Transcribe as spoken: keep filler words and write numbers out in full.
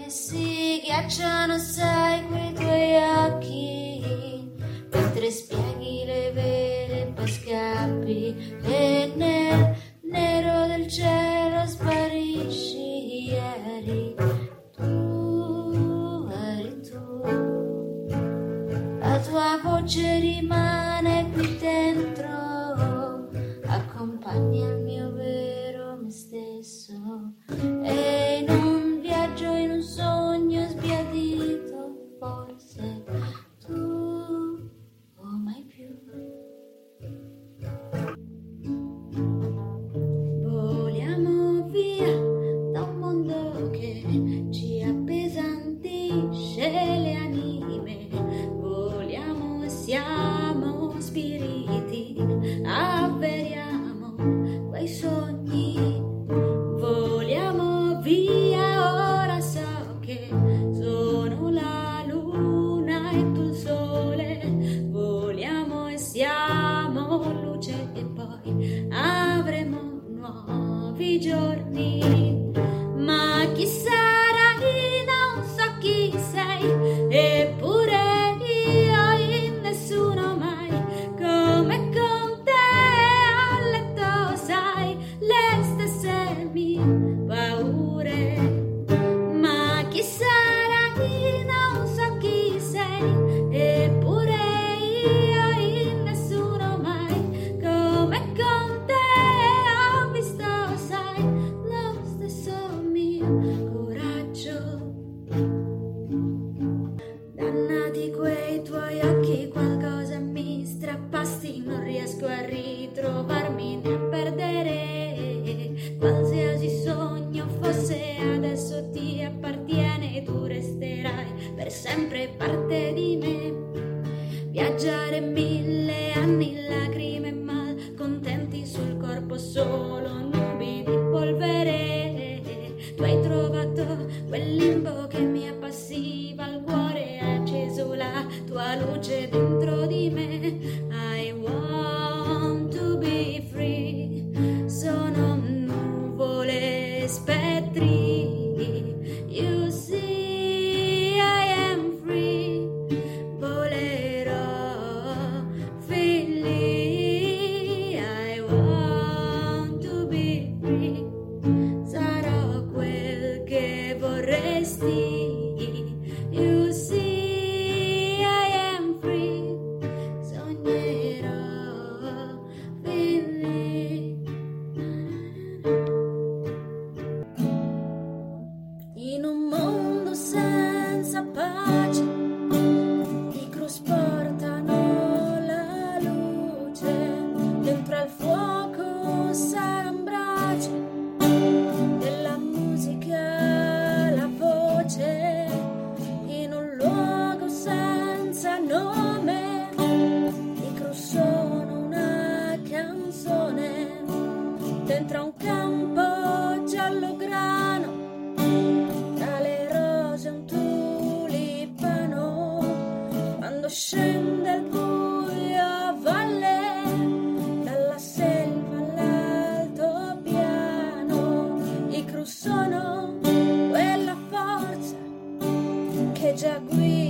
e si ghiacciano, sai, quei tuoi occhi, mentre spieghi le vele e poi scappi, e nel nero del cielo sparisci. Eri tu, eri tu, la tua voce rimane qui dentro, accompagna il mio vero me stesso, e in un viaggio, in un sogno sbiadito, forse tu o mai più. Voliamo via da un mondo che ci appesantisce le anime, voliamo e siamo spiriti, avveriamo quei sogni, voliamo via, ora so che sono la luna e tu il sole, voliamo e siamo luce e poi avremo nuovi giorni, ma chi sarai non so chi sei, eppure io in nessuno mai come con te a letto, sai, le stesse mie paure, ma chi sarai non so chi sei, eppure io in nessuno mai come con te ho visto, sai, lo stesso mio coraggio. Dannati quei tuoi occhi, qualcosa mi strappasti, non riesco a ritrovarmi né a perdere, qualsiasi sogno fosse adesso ti appartiene, tu resterai per sempre parte di me, viaggiare mille anni, lacrime e malcontenti sul corpo, solo nubi di polvere, tu hai trovato quel limbo che mi appassiva il cuore, hai acceso la tua luce dentro di me. I want to be free, sono nuvole, spettri, you see I am free, volerò figli, I want to be free, sarò quel che vorresti, you see I am free, sognerò figli. In un mondo senza pace, i cruz portano la luce, dentro al fuoco sarà un braccio, della musica la voce, in un luogo senza nome, i cruz sono una canzone, dentro a un campo giallo grano, tra le rose un tulipano, quando scende il buio a valle, dalla selva all'altopiano, i cruz sono quella forza che già guida